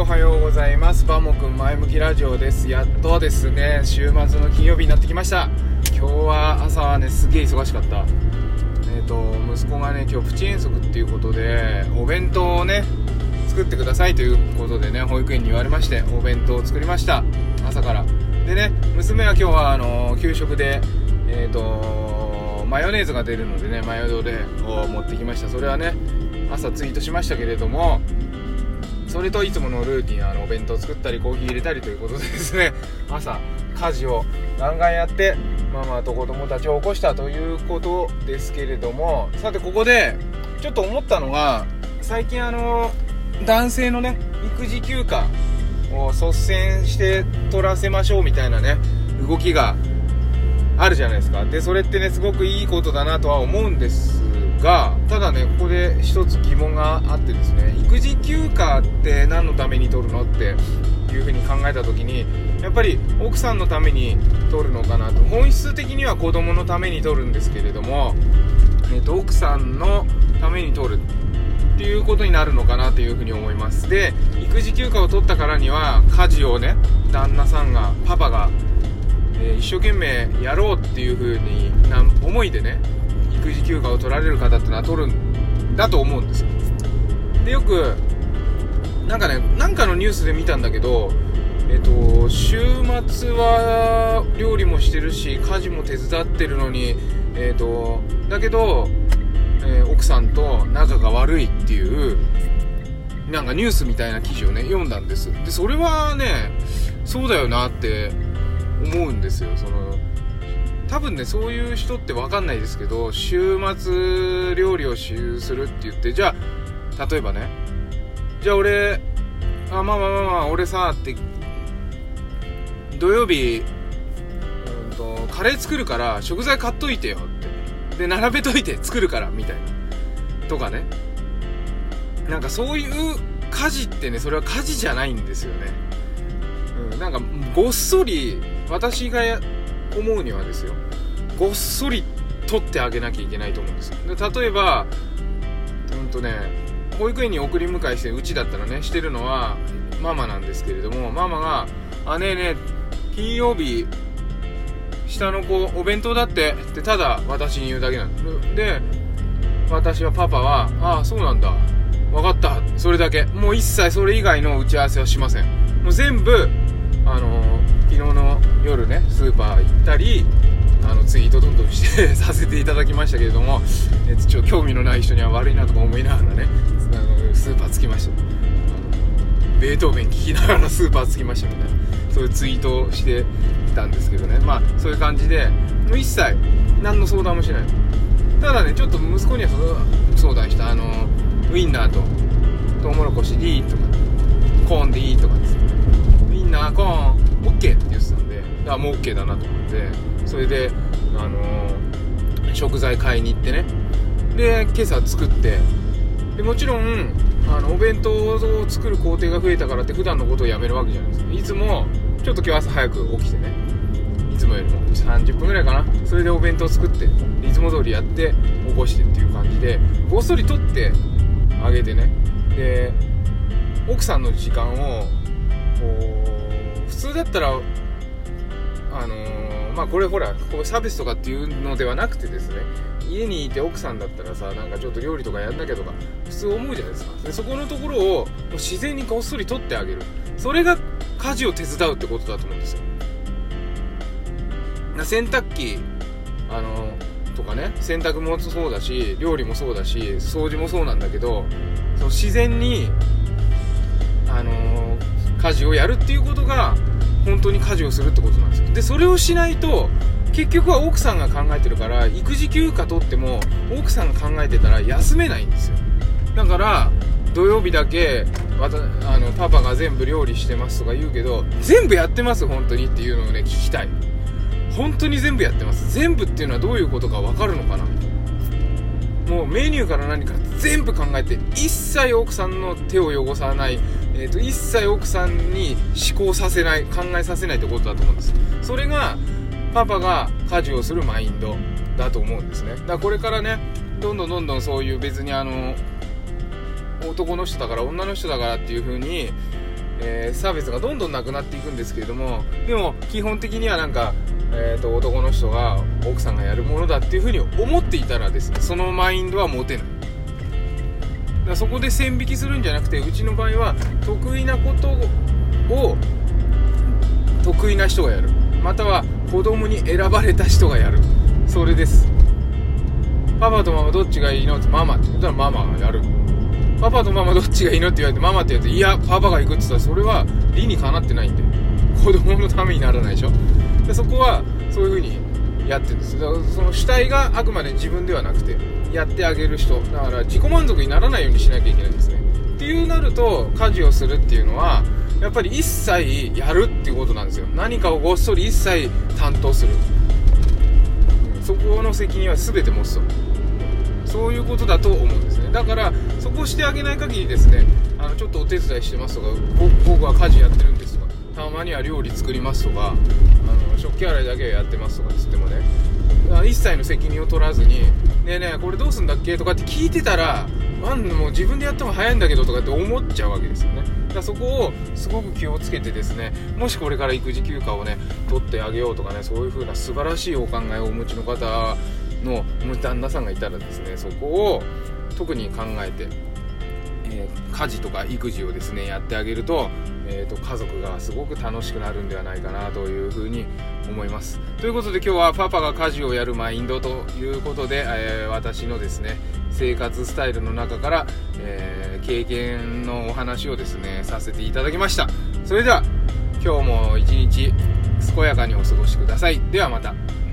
はようございます。バモくん前向きラジオです。やっとですね、週末の金曜日になってきました。今日は朝はね、すげえ忙しかった。息子がね、今日プチ遠足っていうことでお弁当をね作ってくださいということでね、保育園に言われましてお弁当を作りました。朝からでね、娘は今日は給食でマヨネーズが出るのでね、マヨドレを持ってきました。それはね、朝ツイートしましたけれども、それといつものルーティン、お弁当作ったりコーヒー入れたりということでですね、朝家事をガンガンやってママと子供たちを起こしたということですけれども、さてここでちょっと思ったのが、最近男性のね育児休暇を率先して取らせましょうみたいなね動きがあるじゃないですか。でそれってねすごくいいことだなとは思うんですが、ただねここで一つ疑問があってですね、育児休暇って何のために取るのっていう風に考えた時に、やっぱり奥さんのために取るのかなと。本質的には子供のために取るんですけれども、奥さんのために取るっていうことになるのかなというふうに思います。で育児休暇を取ったからには家事をね旦那さんがパパが、一生懸命やろうっていうふうな思いでね育児休暇を取られる方ってのは取るんだと思うんですよ。でよくなんかのニュースで見たんだけど、週末は料理もしてるし家事も手伝ってるのに、だけど、奥さんと仲が悪いっていうなんかニュースみたいな記事をね読んだんです。でそれはねそうだよなって思うんですよ。多分ねそういう人って分かんないですけど、週末料理をするって言って、じゃあ例えばね、じゃあ俺俺さって土曜日カレー作るから食材買っといてよってで並べといて作るからみたいなとかね、なんかそういう家事ってね、それは家事じゃないんですよね。なんかごっそり、私が思うにはですよ、ごっそり取ってあげなきゃいけないと思うんですよ。で例えば保育園に送り迎えして、うちだったらねしてるのはママなんですけれども、ママがねえねえ金曜日下の子お弁当だってただ私に言うだけなんで、私はパパはそうなんだ分かったそれだけ、もう一切それ以外の打ち合わせはしません。もう全部昨日の夜ねスーパー行ったりツイートどんどんしてさせていただきましたけれども、ちょっと興味のない人には悪いなとか思いながらねスーパー着きました、ベートーベン聞きながらスーパー着きましたみたいな、そういうツイートをしてたんですけどね。まあそういう感じでもう一切何の相談もしない。ただねちょっと息子には相談した。ウインナーとトウモロコシでいいとかコーンでいいとかですね、ウインナーコーン OK って言ってたんで、もう OK だなと思って、それで食材買いに行ってね、で今朝作って、でもちろんお弁当を作る工程が増えたからって普段のことをやめるわけじゃないですか。いつもちょっと今日朝早く起きてね、いつもよりも30分ぐらいかな、それでお弁当作っていつも通りやって起こしてっていう感じでごっそり取ってあげてね、で奥さんの時間を普通だったらこれほらこうサービスとかっていうのではなくてですね、家にいて奥さんだったらさ、なんかちょっと料理とかやんなきゃとか普通思うじゃないですか。でそこのところをもう自然にこっそり取ってあげる、それが家事を手伝うってことだと思うんですよ。洗濯機とかね、洗濯もそうだし料理もそうだし掃除もそうなんだけど、自然に家事をやるっていうことが本当に家事をするってことなんですよ。でそれをしないと結局は奥さんが考えてるから、育児休暇取っても奥さんが考えてたら休めないんですよ。だから土曜日だけパパが全部料理してますとか言うけど、全部やってます本当にっていうのをね聞きたい。本当に全部やってます。全部っていうのはどういうことか分かるのかな。もうメニューから何から全部考えて、一切奥さんの手を汚さない、一切奥さんに思考させない、考えさせないってことだと思うんです。それがパパが家事をするマインドだと思うんですね。だからこれからねどんどんそういう別に男の人だから女の人だからっていう風に差別がどんどんなくなっていくんですけれども、でも基本的にはなんか、男の人が奥さんがやるものだっていうふうに思っていたらですね、そのマインドは持てない。だからそこで線引きするんじゃなくて、うちの場合は得意なことを得意な人がやる、または子供に選ばれた人がやる、それです。パパとママどっちがいいのってママって言ったらママがやる。パパとママどっちがいいのって言われてママって言われて、いやパパが行くって言ったらそれは理にかなってないんで、子供のためにならないでしょ。でそこはそういう風にやってるんです。だからその主体があくまで自分ではなくてやってあげる人だから、自己満足にならないようにしなきゃいけないんですね。っていうなると、家事をするっていうのはやっぱり一切やるっていうことなんですよ。何かをごっそり一切担当する、そこの責任は全て持つと、そういうことだと思うんですね。だからそこをしてあげない限りですね、ちょっとお手伝いしてますとか、僕は家事やってるんですとか、たまには料理作りますとか、食器洗いだけはやってますとかつってもね、一切の責任を取らずに、ねえねえこれどうすんだっけとかって聞いてたら、もう自分でやった方が早いんだけどとかって思っちゃうわけですよね。だからそこをすごく気をつけてですね、もしこれから育児休暇をね取ってあげようとかね、そういう風な素晴らしいお考えをお持ちの方の旦那さんがいたらですね、そこを特に考えて、家事とか育児をですねやってあげると、家族がすごく楽しくなるんではないかなというふうに思います。ということで今日はパパが家事をやるマインドということで、私のですね生活スタイルの中から、経験のお話をですねさせていただきました。それでは今日も一日健やかにお過ごしください。ではまた。